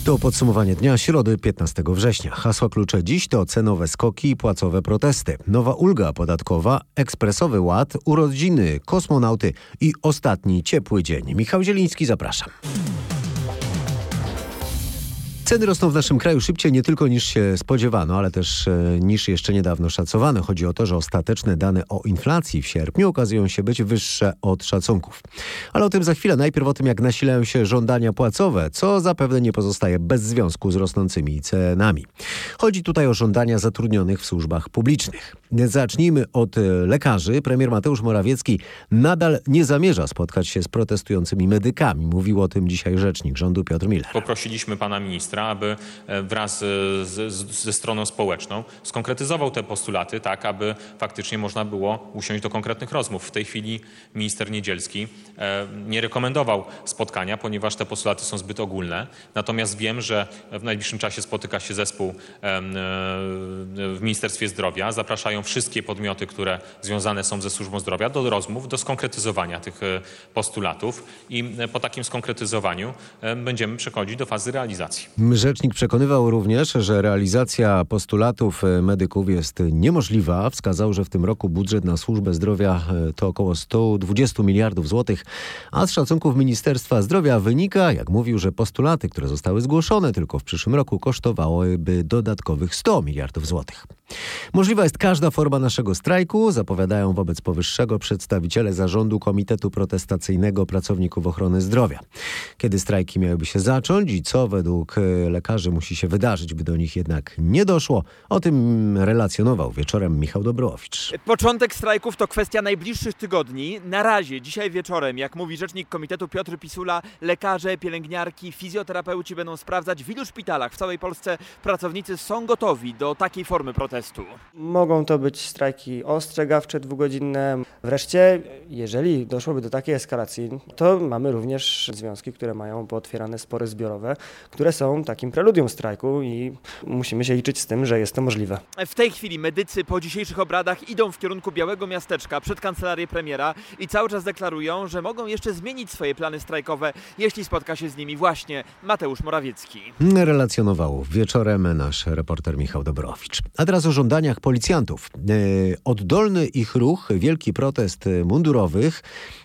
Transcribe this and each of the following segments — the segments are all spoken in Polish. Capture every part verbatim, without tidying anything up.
To podsumowanie dnia środy piętnastego września. Hasła klucze dziś to cenowe skoki i płacowe protesty. Nowa ulga podatkowa, ekspresowy ład, urodziny, kosmonauty i ostatni ciepły dzień. Michał Zieliński, zapraszam. Ceny rosną w naszym kraju szybciej nie tylko niż się spodziewano, ale też e, niż jeszcze niedawno szacowano. Chodzi o to, że ostateczne dane o inflacji w sierpniu okazują się być wyższe od szacunków. Ale o tym za chwilę. Najpierw o tym, jak nasilają się żądania płacowe, co zapewne nie pozostaje bez związku z rosnącymi cenami. Chodzi tutaj o żądania zatrudnionych w służbach publicznych. Zacznijmy od lekarzy. Premier Mateusz Morawiecki nadal nie zamierza spotkać się z protestującymi medykami. Mówił o tym dzisiaj rzecznik rządu Piotr Müller. Poprosiliśmy pana ministra, aby wraz z, z, ze stroną społeczną skonkretyzował te postulaty, tak aby faktycznie można było usiąść do konkretnych rozmów. W tej chwili minister Niedzielski e, nie rekomendował spotkania, ponieważ te postulaty są zbyt ogólne. Natomiast wiem, że w najbliższym czasie spotyka się zespół e, e, w Ministerstwie Zdrowia. Zapraszają wszystkie podmioty, które związane są ze służbą zdrowia do rozmów, do skonkretyzowania tych postulatów i po takim skonkretyzowaniu e, będziemy przechodzić do fazy realizacji. Rzecznik przekonywał również, że realizacja postulatów medyków jest niemożliwa. Wskazał, że w tym roku budżet na służbę zdrowia to około sto dwadzieścia miliardów złotych, a z szacunków Ministerstwa Zdrowia wynika, jak mówił, że postulaty, które zostały zgłoszone tylko w przyszłym roku, kosztowałyby dodatkowych sto miliardów złotych. Możliwa jest każda forma naszego strajku, zapowiadają wobec powyższego przedstawiciele zarządu Komitetu Protestacyjnego Pracowników Ochrony Zdrowia. Kiedy strajki miałyby się zacząć i co według lekarzy musi się wydarzyć, by do nich jednak nie doszło, o tym relacjonował wieczorem Michał Dobrowicz. Początek strajków to kwestia najbliższych tygodni. Na razie, dzisiaj wieczorem, jak mówi rzecznik komitetu Piotr Pisula, lekarze, pielęgniarki, fizjoterapeuci będą sprawdzać, w ilu szpitalach w całej Polsce pracownicy są gotowi do takiej formy protestu. Mogą to być strajki ostrzegawcze, dwugodzinne. Wreszcie, jeżeli doszłoby do takiej eskalacji, to mamy również związki, które mają pootwierane spory zbiorowe, które są takim preludium strajku i musimy się liczyć z tym, że jest to możliwe. W tej chwili medycy po dzisiejszych obradach idą w kierunku Białego Miasteczka przed kancelarię premiera i cały czas deklarują, że mogą jeszcze zmienić swoje plany strajkowe, jeśli spotka się z nimi właśnie Mateusz Morawiecki. Relacjonował wieczorem nasz reporter Michał Dobrowicz. A teraz o żądaniach policjantów. Oddolny ich ruch, wielki protest mundurowych,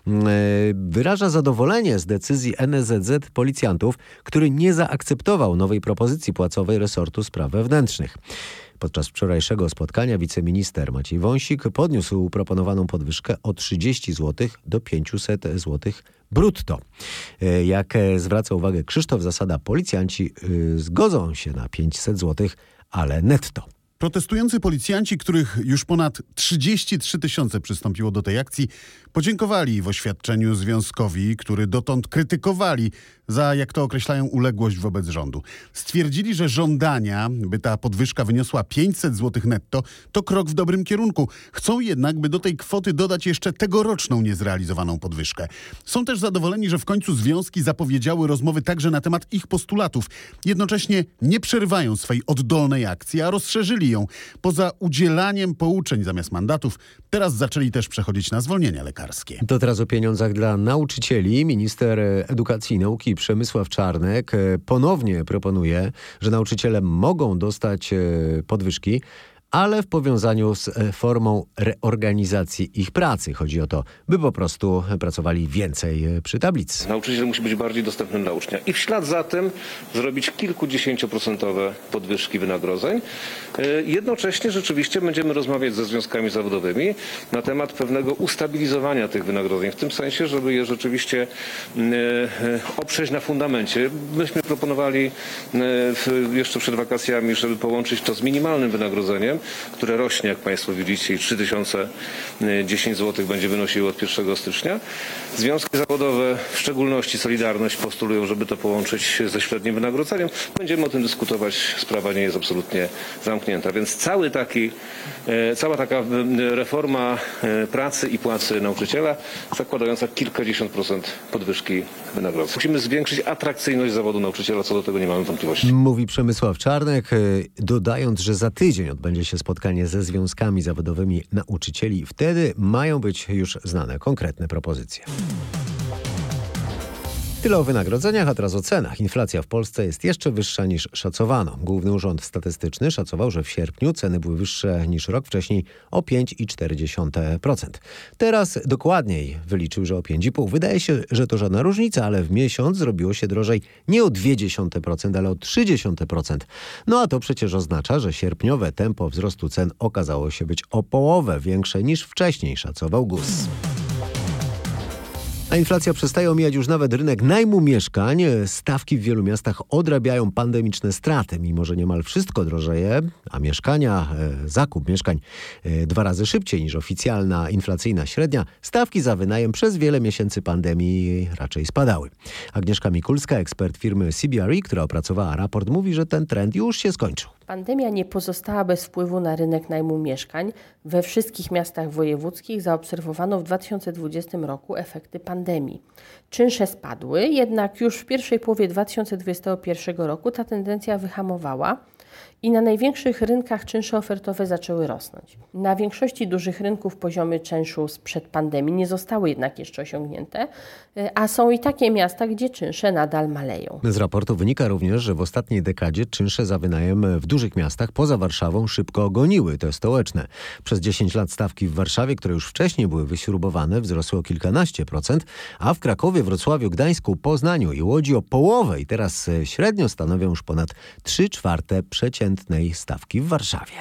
wyraża zadowolenie z decyzji N S Z Z policjantów, który nie zaakceptował nowej propozycji płacowej resortu spraw wewnętrznych. Podczas wczorajszego spotkania wiceminister Maciej Wąsik podniósł proponowaną podwyżkę o trzydzieści złotych do pięćset złotych brutto. Jak zwraca uwagę Krzysztof Zasada, policjanci zgodzą się na pięćset złotych, ale netto. Protestujący policjanci, których już ponad trzydzieści trzy tysiące przystąpiło do tej akcji, podziękowali w oświadczeniu związkowi, który dotąd krytykowali za, jak to określają, uległość wobec rządu. Stwierdzili, że żądania, by ta podwyżka wyniosła pięćset złotych netto, to krok w dobrym kierunku. Chcą jednak, by do tej kwoty dodać jeszcze tegoroczną niezrealizowaną podwyżkę. Są też zadowoleni, że w końcu związki zapowiedziały rozmowy także na temat ich postulatów. Jednocześnie nie przerywają swej oddolnej akcji, a rozszerzyli ją. Poza udzielaniem pouczeń zamiast mandatów, teraz zaczęli też przechodzić na zwolnienia lekarskie. To teraz o pieniądzach dla nauczycieli. Minister Edukacji i Nauki Przemysław Czarnek ponownie proponuje, że nauczyciele mogą dostać podwyżki, ale w powiązaniu z formą reorganizacji ich pracy. Chodzi o to, by po prostu pracowali więcej przy tablicy. Nauczyciel musi być bardziej dostępny dla ucznia i w ślad za tym zrobić kilkudziesięcioprocentowe podwyżki wynagrodzeń. Jednocześnie rzeczywiście będziemy rozmawiać ze związkami zawodowymi na temat pewnego ustabilizowania tych wynagrodzeń, w tym sensie, żeby je rzeczywiście oprzeć na fundamencie. Myśmy proponowali jeszcze przed wakacjami, żeby połączyć to z minimalnym wynagrodzeniem, które rośnie, jak Państwo widzicie, i trzy tysiące dziesięć złotych będzie wynosiło od pierwszego stycznia. Związki zawodowe, w szczególności Solidarność, postulują, żeby to połączyć ze średnim wynagrodzeniem. Będziemy o tym dyskutować. Sprawa nie jest absolutnie zamknięta. Więc cały taki, cała taka reforma pracy i płacy nauczyciela, zakładająca kilkadziesiąt procent podwyżki wynagrodzeń. Musimy zwiększyć atrakcyjność zawodu nauczyciela, co do tego nie mamy wątpliwości. Mówi Przemysław Czarnek, dodając, że za tydzień odbędzie się spotkanie ze związkami zawodowymi nauczycieli. Wtedy mają być już znane konkretne propozycje. Tyle o wynagrodzeniach, a teraz o cenach. Inflacja w Polsce jest jeszcze wyższa niż szacowano. Główny Urząd Statystyczny szacował, że w sierpniu ceny były wyższe niż rok wcześniej o pięć przecinek cztery procent. Teraz dokładniej wyliczył, że o pięć przecinek pięć procent. Wydaje się, że to żadna różnica, ale w miesiąc zrobiło się drożej nie o zero przecinek dwa procent, ale o trzy przecinek trzy procent. No a to przecież oznacza, że sierpniowe tempo wzrostu cen okazało się być o połowę większe niż wcześniej szacował G U S. A inflacja przestaje omijać już nawet rynek najmu mieszkań. Stawki w wielu miastach odrabiają pandemiczne straty. Mimo że niemal wszystko drożeje, a mieszkania, e, zakup mieszkań e, dwa razy szybciej niż oficjalna inflacyjna średnia, stawki za wynajem przez wiele miesięcy pandemii raczej spadały. Agnieszka Mikulska, ekspert firmy C B R E, która opracowała raport, mówi, że ten trend już się skończył. Pandemia nie pozostała bez wpływu na rynek najmu mieszkań. We wszystkich miastach wojewódzkich zaobserwowano w dwa tysiące dwudziestym roku efekty pandemii. Czynsze spadły, jednak już w pierwszej połowie dwa tysiące dwudziestego pierwszego roku ta tendencja wyhamowała i na największych rynkach czynsze ofertowe zaczęły rosnąć. Na większości dużych rynków poziomy czynszu sprzed pandemii nie zostały jednak jeszcze osiągnięte, a są i takie miasta, gdzie czynsze nadal maleją. Z raportu wynika również, że w ostatniej dekadzie czynsze za wynajem w dużych miastach poza Warszawą szybko goniły te stołeczne. Przez dziesięć lat stawki w Warszawie, które już wcześniej były wyśrubowane, wzrosły o kilkanaście procent, a w Krakowie, Wrocławiu, Gdańsku, Poznaniu i Łodzi o połowę i teraz średnio stanowią już ponad trzy czwarte przeciętnej stawki w Warszawie.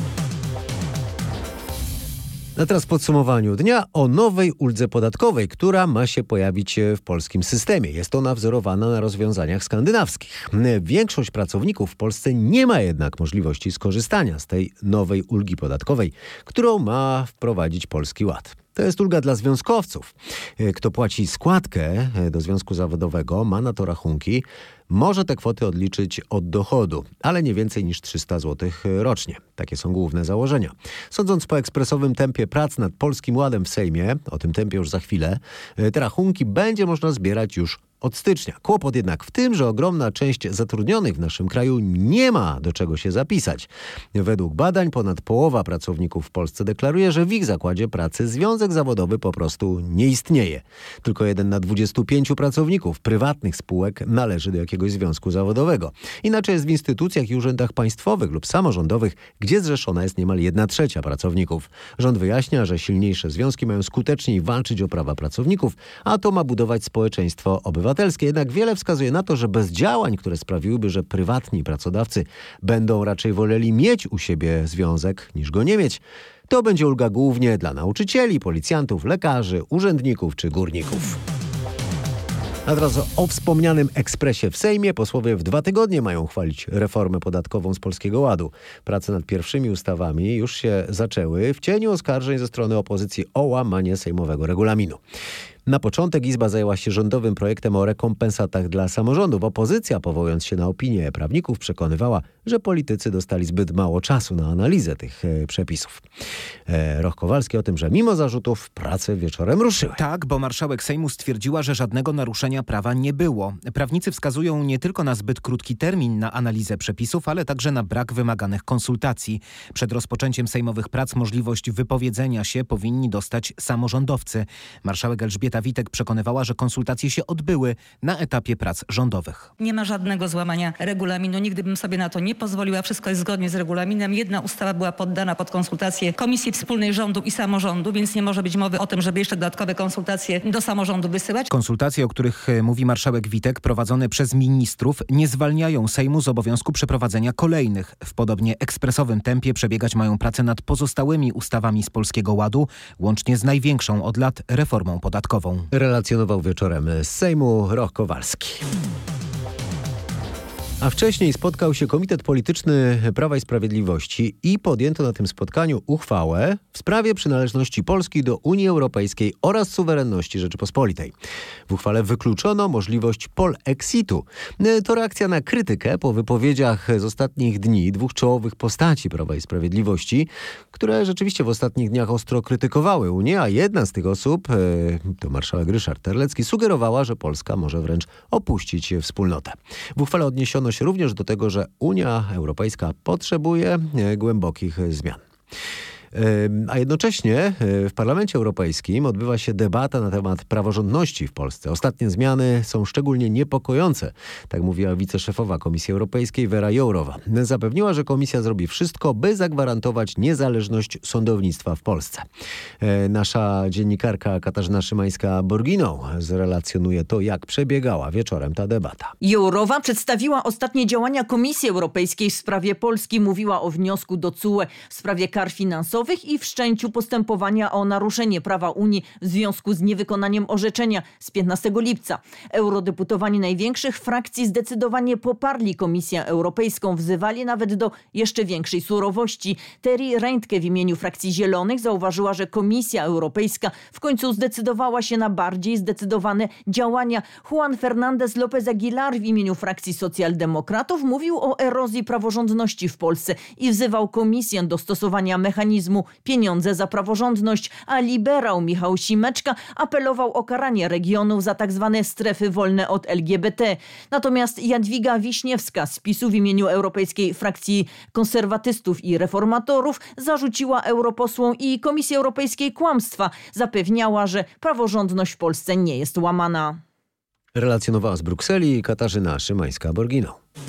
A teraz w podsumowaniu dnia o nowej uldze podatkowej, która ma się pojawić w polskim systemie. Jest ona wzorowana na rozwiązaniach skandynawskich. Większość pracowników w Polsce nie ma jednak możliwości skorzystania z tej nowej ulgi podatkowej, którą ma wprowadzić Polski Ład. To jest ulga dla związkowców. Kto płaci składkę do związku zawodowego, ma na to rachunki, może te kwoty odliczyć od dochodu, ale nie więcej niż trzysta złotych rocznie. Takie są główne założenia. Sądząc po ekspresowym tempie prac nad Polskim Ładem w Sejmie, o tym tempie już za chwilę, te rachunki będzie można zbierać już od stycznia. Kłopot jednak w tym, że ogromna część zatrudnionych w naszym kraju nie ma do czego się zapisać. Według badań ponad połowa pracowników w Polsce deklaruje, że w ich zakładzie pracy związek zawodowy po prostu nie istnieje. Tylko jeden na dwudziestu pięciu pracowników prywatnych spółek należy do jakiegoś związku zawodowego. Inaczej jest w instytucjach i urzędach państwowych lub samorządowych, gdzie zrzeszona jest niemal jedna trzecia pracowników. Rząd wyjaśnia, że silniejsze związki mają skuteczniej walczyć o prawa pracowników, a to ma budować społeczeństwo obywatelskie. Jednak wiele wskazuje na to, że bez działań, które sprawiłyby, że prywatni pracodawcy będą raczej woleli mieć u siebie związek niż go nie mieć, to będzie ulga głównie dla nauczycieli, policjantów, lekarzy, urzędników czy górników. A teraz o wspomnianym ekspresie w Sejmie. Posłowie w dwa tygodnie mają uchwalić reformę podatkową z Polskiego Ładu. Prace nad pierwszymi ustawami już się zaczęły w cieniu oskarżeń ze strony opozycji o łamanie sejmowego regulaminu. Na początek Izba zajęła się rządowym projektem o rekompensatach dla samorządów. Opozycja, powołując się na opinię prawników, przekonywała, że politycy dostali zbyt mało czasu na analizę tych e, przepisów. E, Roch Kowalski o tym, że mimo zarzutów prace wieczorem ruszyły. Tak, bo marszałek Sejmu stwierdziła, że żadnego naruszenia prawa nie było. Prawnicy wskazują nie tylko na zbyt krótki termin na analizę przepisów, ale także na brak wymaganych konsultacji. Przed rozpoczęciem sejmowych prac możliwość wypowiedzenia się powinni dostać samorządowcy. Marszałek Elżbieta Witek przekonywała, że konsultacje się odbyły na etapie prac rządowych. Nie ma żadnego złamania regulaminu. Nigdy bym sobie na to nie pozwoliła. Wszystko jest zgodnie z regulaminem. Jedna ustawa była poddana pod konsultacje Komisji Wspólnej Rządu i Samorządu, więc nie może być mowy o tym, żeby jeszcze dodatkowe konsultacje do samorządu wysyłać. Konsultacje, o których mówi marszałek Witek, prowadzone przez ministrów, nie zwalniają Sejmu z obowiązku przeprowadzenia kolejnych. W podobnie ekspresowym tempie przebiegać mają prace nad pozostałymi ustawami z Polskiego Ładu, łącznie z największą od lat reformą podatkową. Relacjonował wieczorem z Sejmu Roch Kowalski. A wcześniej spotkał się Komitet Polityczny Prawa i Sprawiedliwości i podjęto na tym spotkaniu uchwałę w sprawie przynależności Polski do Unii Europejskiej oraz suwerenności Rzeczypospolitej. W uchwale wykluczono możliwość polexitu. To reakcja na krytykę po wypowiedziach z ostatnich dni dwóch czołowych postaci Prawa i Sprawiedliwości, które rzeczywiście w ostatnich dniach ostro krytykowały Unię, a jedna z tych osób, to marszałek Ryszard Terlecki, sugerowała, że Polska może wręcz opuścić wspólnotę. W uchwale odniesiono się również do tego, że Unia Europejska potrzebuje głębokich zmian. A jednocześnie w Parlamencie Europejskim odbywa się debata na temat praworządności w Polsce. Ostatnie zmiany są szczególnie niepokojące, tak mówiła wiceszefowa Komisji Europejskiej Vera Jourová. Zapewniła, że komisja zrobi wszystko, by zagwarantować niezależność sądownictwa w Polsce. Nasza dziennikarka Katarzyna Szymańska-Borginą zrelacjonuje to, jak przebiegała wieczorem ta debata. Jourová przedstawiła ostatnie działania Komisji Europejskiej w sprawie Polski. Mówiła o wniosku do C U E w sprawie kar finansowych i wszczęciu postępowania o naruszenie prawa Unii w związku z niewykonaniem orzeczenia z piętnastego lipca. Eurodeputowani największych frakcji zdecydowanie poparli Komisję Europejską, wzywali nawet do jeszcze większej surowości. Terry Reintke w imieniu frakcji Zielonych zauważyła, że Komisja Europejska w końcu zdecydowała się na bardziej zdecydowane działania. Juan Fernández López Aguilar w imieniu frakcji Socjaldemokratów mówił o erozji praworządności w Polsce i wzywał Komisję do stosowania mechanizmu pieniądze za praworządność, a liberał Michał Simeczka apelował o karanie regionów za tak zwane strefy wolne od L G B T. Natomiast Jadwiga Wiśniewska z PiSu w imieniu Europejskiej Frakcji Konserwatystów i Reformatorów zarzuciła europosłom i Komisji Europejskiej kłamstwa. Zapewniała, że praworządność w Polsce nie jest łamana. Relacjonowała z Brukseli Katarzyna Szymańska-Borginą.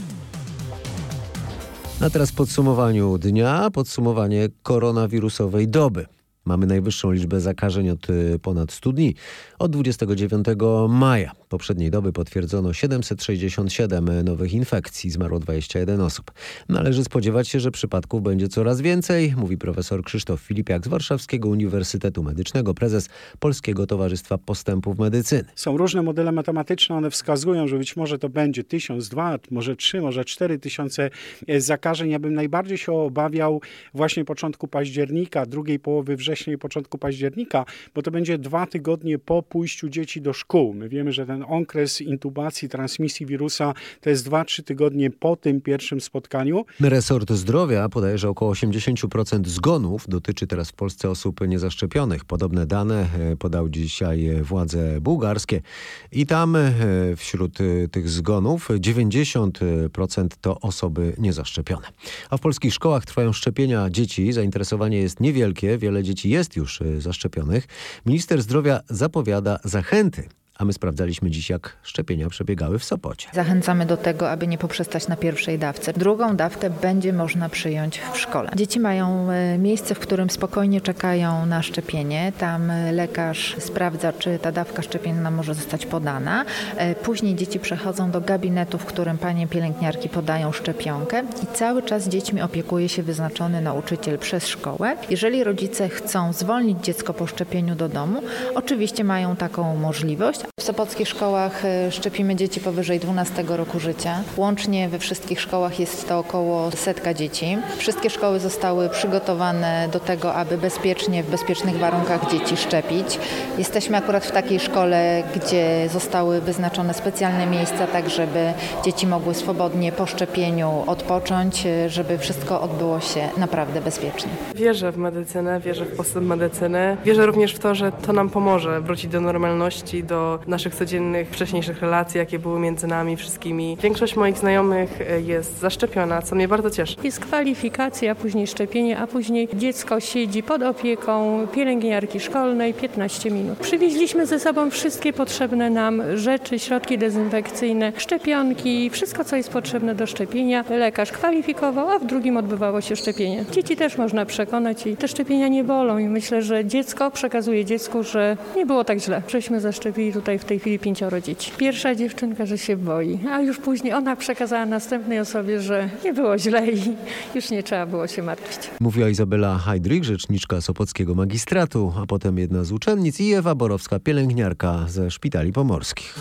A teraz w podsumowaniu dnia, podsumowanie koronawirusowej doby. Mamy najwyższą liczbę zakażeń od ponad stu dni. Od dwudziestego dziewiątego maja poprzedniej doby potwierdzono siedemset sześćdziesiąt siedem nowych infekcji. Zmarło dwadzieścia jeden osób. Należy spodziewać się, że przypadków będzie coraz więcej, mówi profesor Krzysztof Filipiak z Warszawskiego Uniwersytetu Medycznego, prezes Polskiego Towarzystwa Postępów Medycyny. Są różne modele matematyczne, one wskazują, że być może to będzie tysiąc, dwa, może trzy, może cztery tysiące zakażeń. Ja bym najbardziej się obawiał właśnie początku października, drugiej połowy września i początku października, bo to będzie dwa tygodnie po pójściu dzieci do szkół. My wiemy, że ten okres intubacji, transmisji wirusa to jest dwa trzy tygodnie po tym pierwszym spotkaniu. Resort Zdrowia podaje, że około osiemdziesiąt procent zgonów dotyczy teraz w Polsce osób niezaszczepionych. Podobne dane podał dzisiaj władze bułgarskie i tam wśród tych zgonów dziewięćdziesiąt procent to osoby niezaszczepione. A w polskich szkołach trwają szczepienia dzieci. Zainteresowanie jest niewielkie. Wiele dzieci jest już zaszczepionych. Minister zdrowia zapowiada zachęty. A my sprawdzaliśmy dziś, jak szczepienia przebiegały w Sopocie. Zachęcamy do tego, aby nie poprzestać na pierwszej dawce. Drugą dawkę będzie można przyjąć w szkole. Dzieci mają miejsce, w którym spokojnie czekają na szczepienie. Tam lekarz sprawdza, czy ta dawka szczepienna może zostać podana. Później dzieci przechodzą do gabinetu, w którym panie pielęgniarki podają szczepionkę i cały czas dziećmi opiekuje się wyznaczony nauczyciel przez szkołę. Jeżeli rodzice chcą zwolnić dziecko po szczepieniu do domu, oczywiście mają taką możliwość. W sopockich szkołach szczepimy dzieci powyżej dwunastego roku życia. Łącznie we wszystkich szkołach jest to około setka dzieci. Wszystkie szkoły zostały przygotowane do tego, aby bezpiecznie, w bezpiecznych warunkach dzieci szczepić. Jesteśmy akurat w takiej szkole, gdzie zostały wyznaczone specjalne miejsca, tak żeby dzieci mogły swobodnie po szczepieniu odpocząć, żeby wszystko odbyło się naprawdę bezpiecznie. Wierzę w medycynę, wierzę w postęp medycyny. Wierzę również w to, że to nam pomoże wrócić do normalności, do naszych codziennych, wcześniejszych relacji, jakie były między nami wszystkimi. Większość moich znajomych jest zaszczepiona, co mnie bardzo cieszy. Jest kwalifikacja, a później szczepienie, a później dziecko siedzi pod opieką pielęgniarki szkolnej piętnaście minut. Przywieźliśmy ze sobą wszystkie potrzebne nam rzeczy, środki dezynfekcyjne, szczepionki, wszystko, co jest potrzebne do szczepienia. Lekarz kwalifikował, a w drugim odbywało się szczepienie. Dzieci też można przekonać i te szczepienia nie bolą i myślę, że dziecko przekazuje dziecku, że nie było tak źle. Żeśmy zaszczepili tutaj w tej chwili pięcioro dzieci. Pierwsza dziewczynka, że się boi, a już później ona przekazała następnej osobie, że nie było źle i już nie trzeba było się martwić. Mówiła Izabela Heydrich, rzeczniczka Sopockiego Magistratu, a potem jedna z uczennic i Ewa Borowska, pielęgniarka ze szpitali pomorskich.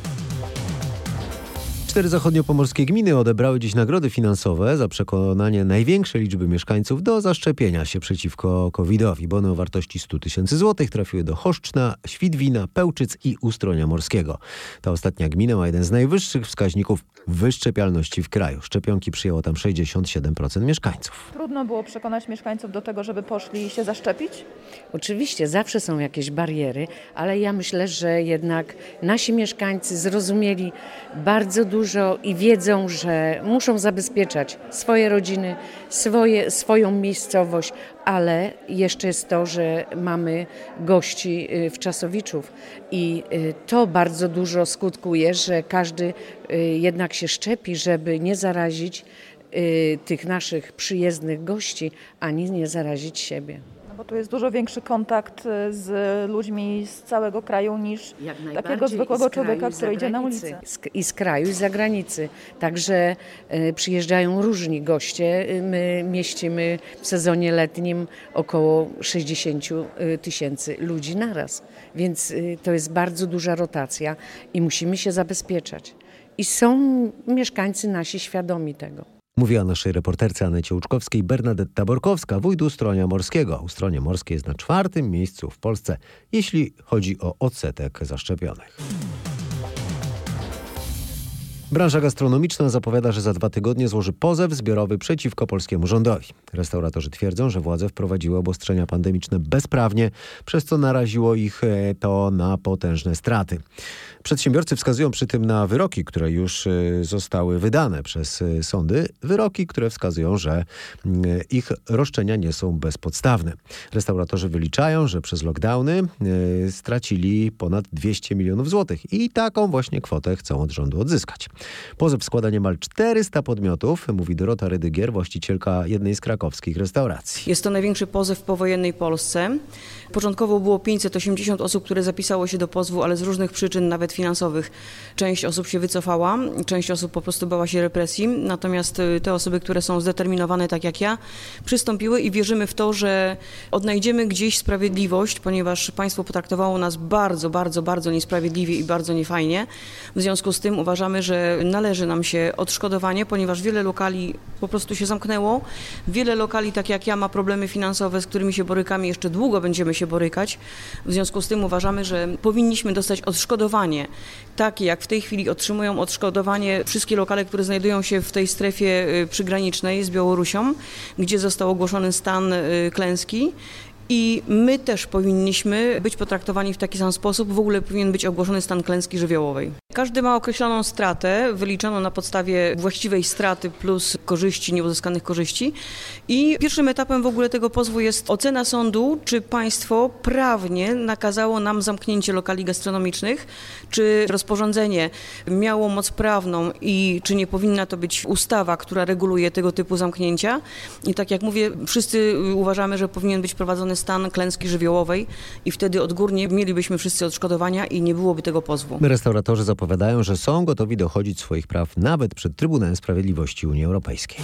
Cztery zachodniopomorskie gminy odebrały dziś nagrody finansowe za przekonanie największej liczby mieszkańców do zaszczepienia się przeciwko kowidowi. Bony o wartości stu tysięcy złotych trafiły do Choszczna, Świdwina, Pełczyc i Ustronia Morskiego. Ta ostatnia gmina ma jeden z najwyższych wskaźników wyszczepialności w kraju. Szczepionki przyjęło tam sześćdziesiąt siedem procent mieszkańców. Trudno było przekonać mieszkańców do tego, żeby poszli się zaszczepić? Oczywiście, zawsze są jakieś bariery, ale ja myślę, że jednak nasi mieszkańcy zrozumieli bardzo dużo dużo i wiedzą, że muszą zabezpieczać swoje rodziny, swoje, swoją miejscowość, ale jeszcze jest to, że mamy gości wczasowiczów i to bardzo dużo skutkuje, że każdy jednak się szczepi, żeby nie zarazić tych naszych przyjezdnych gości, ani nie zarazić siebie. Bo tu jest dużo większy kontakt z ludźmi z całego kraju niż takiego zwykłego człowieka, który idzie na ulicę. I z kraju, i z zagranicy. Także y, przyjeżdżają różni goście. My mieścimy w sezonie letnim około sześćdziesiąt tysięcy ludzi naraz. Więc y, to jest bardzo duża rotacja i musimy się zabezpieczać. I są mieszkańcy nasi świadomi tego. Mówiła naszej reporterce Anecie Łuczkowskiej Bernadetta Borkowska, wójt Ustronia Morskiego. Ustronie Morskie jest na czwartym miejscu w Polsce, jeśli chodzi o odsetek zaszczepionych. Branża gastronomiczna zapowiada, że za dwa tygodnie złoży pozew zbiorowy przeciwko polskiemu rządowi. Restauratorzy twierdzą, że władze wprowadziły obostrzenia pandemiczne bezprawnie, przez co naraziło ich to na potężne straty. Przedsiębiorcy wskazują przy tym na wyroki, które już zostały wydane przez sądy. Wyroki, które wskazują, że ich roszczenia nie są bezpodstawne. Restauratorzy wyliczają, że przez lockdowny stracili ponad dwieście milionów złotych i taką właśnie kwotę chcą od rządu odzyskać. Pozew składa niemal czterysta podmiotów, mówi Dorota Rydygier, właścicielka jednej z krakowskich restauracji. Jest to największy pozew w powojennej Polsce. Początkowo było pięćset osiemdziesiąt osób, które zapisało się do pozwu, ale z różnych przyczyn, nawet finansowych, część osób się wycofała, część osób po prostu bała się represji. Natomiast te osoby, które są zdeterminowane tak jak ja, przystąpiły i wierzymy w to, że odnajdziemy gdzieś sprawiedliwość, ponieważ państwo potraktowało nas bardzo, bardzo, bardzo niesprawiedliwie i bardzo niefajnie. W związku z tym uważamy, że należy nam się odszkodowanie, ponieważ wiele lokali po prostu się zamknęło. Wiele lokali, tak jak ja, ma problemy finansowe, z którymi się borykamy, jeszcze długo będziemy się borykać. W związku z tym uważamy, że powinniśmy dostać odszkodowanie, takie jak w tej chwili otrzymują odszkodowanie wszystkie lokale, które znajdują się w tej strefie przygranicznej z Białorusią, gdzie został ogłoszony stan klęski. I my też powinniśmy być potraktowani w taki sam sposób. W ogóle powinien być ogłoszony stan klęski żywiołowej. Każdy ma określoną stratę, wyliczoną na podstawie właściwej straty plus korzyści, nieuzyskanych korzyści. I pierwszym etapem w ogóle tego pozwu jest ocena sądu, czy państwo prawnie nakazało nam zamknięcie lokali gastronomicznych, czy rozporządzenie miało moc prawną i czy nie powinna to być ustawa, która reguluje tego typu zamknięcia. I tak jak mówię, wszyscy uważamy, że powinien być prowadzony stan klęski żywiołowej i wtedy odgórnie mielibyśmy wszyscy odszkodowania i nie byłoby tego pozwu. Restauratorzy zapowiadają, że są gotowi dochodzić swoich praw nawet przed Trybunałem Sprawiedliwości Unii Europejskiej.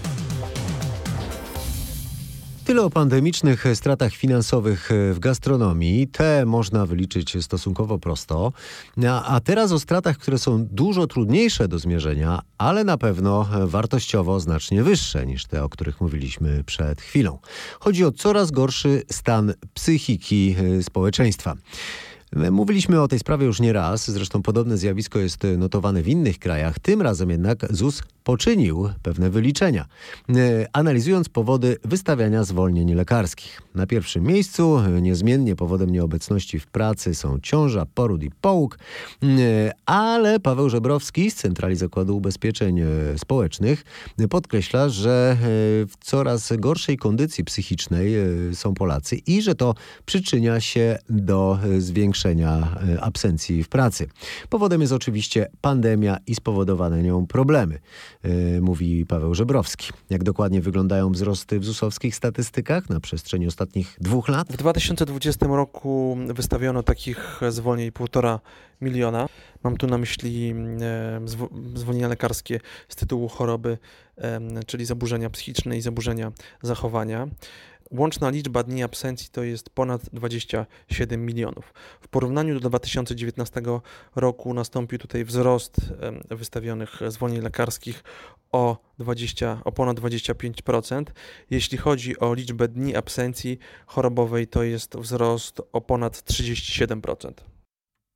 Tyle o pandemicznych stratach finansowych w gastronomii. Te można wyliczyć stosunkowo prosto. A teraz o stratach, które są dużo trudniejsze do zmierzenia, ale na pewno wartościowo znacznie wyższe niż te, o których mówiliśmy przed chwilą. Chodzi o coraz gorszy stan psychiki społeczeństwa. Mówiliśmy o tej sprawie już nie raz, zresztą podobne zjawisko jest notowane w innych krajach. Tym razem jednak Z U S poczynił pewne wyliczenia, analizując powody wystawiania zwolnień lekarskich. Na pierwszym miejscu niezmiennie powodem nieobecności w pracy są ciąża, poród i połóg, ale Paweł Żebrowski z Centrali Zakładu Ubezpieczeń Społecznych podkreśla, że w coraz gorszej kondycji psychicznej są Polacy i że to przyczynia się do zwiększenia absencji w pracy. Powodem jest oczywiście pandemia i spowodowane nią problemy, mówi Paweł Żebrowski. Jak dokładnie wyglądają wzrosty w Z U S-owskich statystykach na przestrzeni ostatnich dwóch lat? W dwa tysiące dwudziestym roku wystawiono takich zwolnień półtora miliona. Mam tu na myśli zwolnienia lekarskie z tytułu choroby, czyli zaburzenia psychiczne i zaburzenia zachowania. Łączna liczba dni absencji to jest ponad dwadzieścia siedem milionów. W porównaniu do dwa tysiące dziewiętnastego roku nastąpił tutaj wzrost wystawionych zwolnień lekarskich o, dwadzieścia, o ponad dwadzieścia pięć procent. Jeśli chodzi o liczbę dni absencji chorobowej, to jest wzrost o ponad trzydzieści siedem procent.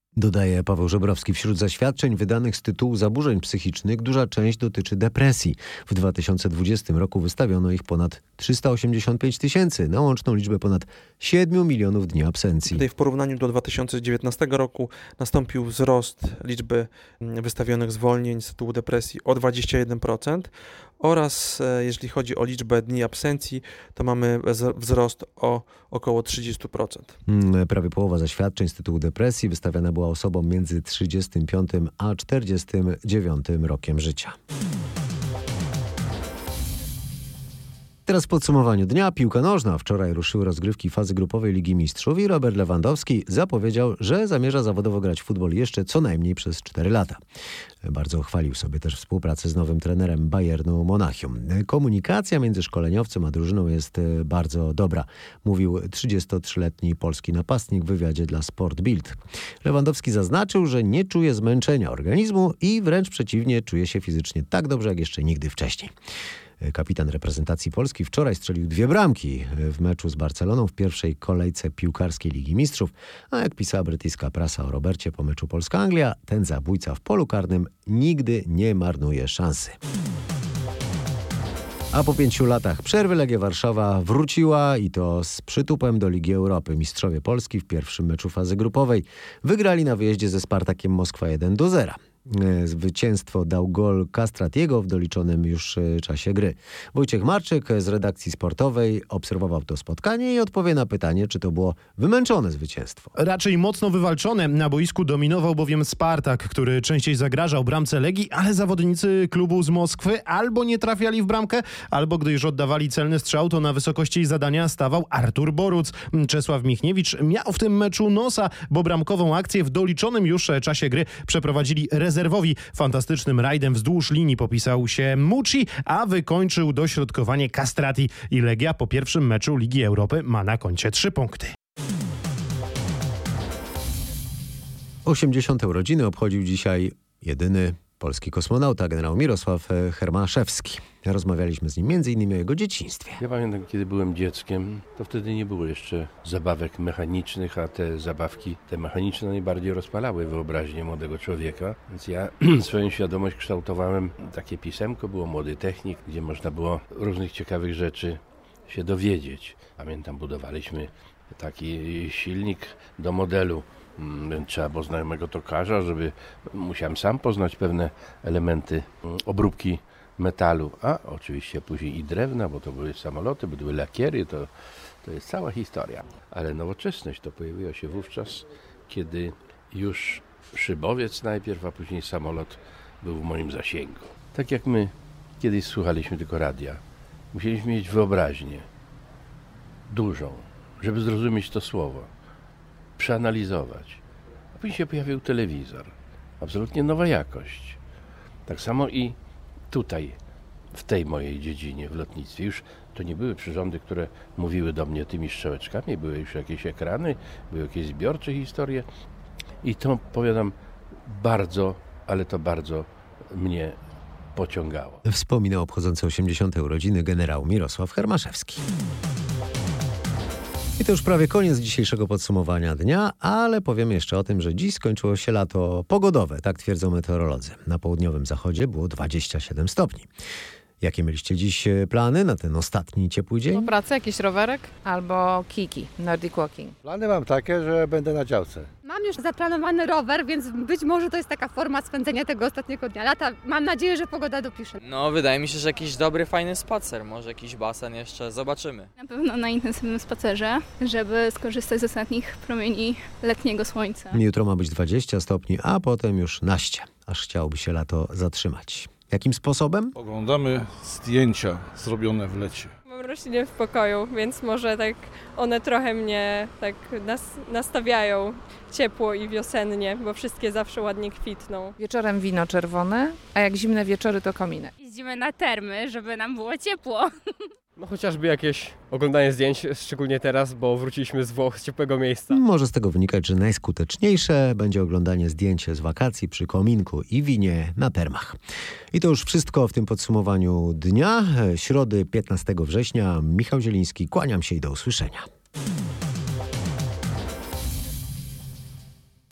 Dodaje Paweł Żebrowski. Wśród zaświadczeń wydanych z tytułu zaburzeń psychicznych duża część dotyczy depresji. W dwa tysiące dwudziestym roku wystawiono ich ponad trzysta osiemdziesiąt pięć tysięcy, na łączną liczbę ponad siedmiu milionów dni absencji. Tutaj w porównaniu do dwa tysiące dziewiętnastego roku nastąpił wzrost liczby wystawionych zwolnień z tytułu depresji o dwadzieścia jeden procent oraz jeżeli chodzi o liczbę dni absencji, to mamy wzrost o około trzydzieści procent. Prawie połowa zaświadczeń z tytułu depresji wystawiana była osobom między trzydziestym piątym a czterdziestym dziewiątym rokiem życia. Teraz w podsumowaniu dnia piłka nożna. Wczoraj ruszyły rozgrywki fazy grupowej Ligi Mistrzów i Robert Lewandowski zapowiedział, że zamierza zawodowo grać w futbol jeszcze co najmniej przez cztery lata. Bardzo chwalił sobie też współpracę z nowym trenerem Bayernu Monachium. Komunikacja między szkoleniowcem a drużyną jest bardzo dobra, mówił trzydziestotrzyletni polski napastnik w wywiadzie dla Sport Bild. Lewandowski zaznaczył, że nie czuje zmęczenia organizmu i wręcz przeciwnie, czuje się fizycznie tak dobrze jak jeszcze nigdy wcześniej. Kapitan reprezentacji Polski wczoraj strzelił dwie bramki w meczu z Barceloną w pierwszej kolejce piłkarskiej Ligi Mistrzów, a jak pisała brytyjska prasa o Robercie po meczu Polska-Anglia, ten zabójca w polu karnym nigdy nie marnuje szansy. A po pięciu latach przerwy Legia Warszawa wróciła i to z przytupem do Ligi Europy. Mistrzowie Polski w pierwszym meczu fazy grupowej wygrali na wyjeździe ze Spartakiem Moskwa jeden do zera. Zwycięstwo dał gol Castratiego w doliczonym już czasie gry. Wojciech Marczyk z redakcji sportowej obserwował to spotkanie i odpowie na pytanie, czy to było wymęczone zwycięstwo. Raczej mocno wywalczone. Na boisku dominował bowiem Spartak, który częściej zagrażał bramce Legii, ale zawodnicy klubu z Moskwy albo nie trafiali w bramkę, albo gdy już oddawali celny strzał, to na wysokości zadania stawał Artur Boruc. Czesław Michniewicz miał w tym meczu nosa, bo bramkową akcję w doliczonym już czasie gry przeprowadzili rezerwowi. Fantastycznym rajdem wzdłuż linii popisał się Mucci, a wykończył dośrodkowanie Castrati i Legia po pierwszym meczu Ligi Europy ma na koncie trzy punkty. osiemdziesiąte urodziny obchodził dzisiaj jedyny polski kosmonauta, generał Mirosław Hermaszewski. Rozmawialiśmy z nim między innymi o jego dzieciństwie. Ja pamiętam, kiedy byłem dzieckiem, to wtedy nie było jeszcze zabawek mechanicznych, a te zabawki, te mechaniczne najbardziej rozpalały wyobraźnię młodego człowieka. Więc ja swoją świadomość kształtowałem. Takie pisemko było Młody Technik, gdzie można było różnych ciekawych rzeczy się dowiedzieć. Pamiętam, budowaliśmy taki silnik do modelu. Trzeba było znajomego tokarza, żeby musiałem sam poznać pewne elementy obróbki metalu, a oczywiście później i drewna, bo to były samoloty, bo były lakiery, to, to jest cała historia. Ale nowoczesność to pojawiła się wówczas, kiedy już szybowiec najpierw, a później samolot był w moim zasięgu. Tak jak my kiedyś słuchaliśmy tylko radia, musieliśmy mieć wyobraźnię dużą, żeby zrozumieć to słowo, przeanalizować. A później się pojawił telewizor. Absolutnie nowa jakość. Tak samo i tutaj, w tej mojej dziedzinie, w lotnictwie. Już to nie były przyrządy, które mówiły do mnie tymi strzałeczkami, były już jakieś ekrany, były jakieś zbiorcze historie. I to, powiadam, bardzo, ale to bardzo mnie pociągało. Wspominał obchodzący osiemdziesiąte urodziny generał Mirosław Hermaszewski. I to już prawie koniec dzisiejszego podsumowania dnia, ale powiemy jeszcze o tym, że dziś skończyło się lato pogodowe, tak twierdzą meteorolodzy. Na południowym zachodzie było dwadzieścia siedem stopni. Jakie mieliście dziś plany na ten ostatni ciepły dzień? Do pracy jakiś rowerek albo kiki, Nordic Walking. Plany mam takie, że będę na działce. Mam już zaplanowany rower, więc być może to jest taka forma spędzenia tego ostatniego dnia lata. Mam nadzieję, że pogoda dopisze. No, wydaje mi się, że jakiś dobry, fajny spacer, może jakiś basen jeszcze, zobaczymy. Na pewno na intensywnym spacerze, żeby skorzystać z ostatnich promieni letniego słońca. Jutro ma być dwadzieścia stopni, a potem już naście, aż chciałoby się lato zatrzymać. Jakim sposobem? Oglądamy zdjęcia zrobione w lecie. Mam rośliny w pokoju, więc może tak one trochę mnie tak nas, nastawiają ciepło i wiosennie, bo wszystkie zawsze ładnie kwitną. Wieczorem wino czerwone, a jak zimne wieczory to kominek. Jeździmy na termy, żeby nam było ciepło. No chociażby jakieś oglądanie zdjęć, szczególnie teraz, bo wróciliśmy z Włoch, z ciepłego miejsca. Może z tego wynikać, że najskuteczniejsze będzie oglądanie zdjęć z wakacji przy kominku i winie na termach. I to już wszystko w tym podsumowaniu dnia. Środy piętnastego września. Michał Zieliński, kłaniam się i do usłyszenia.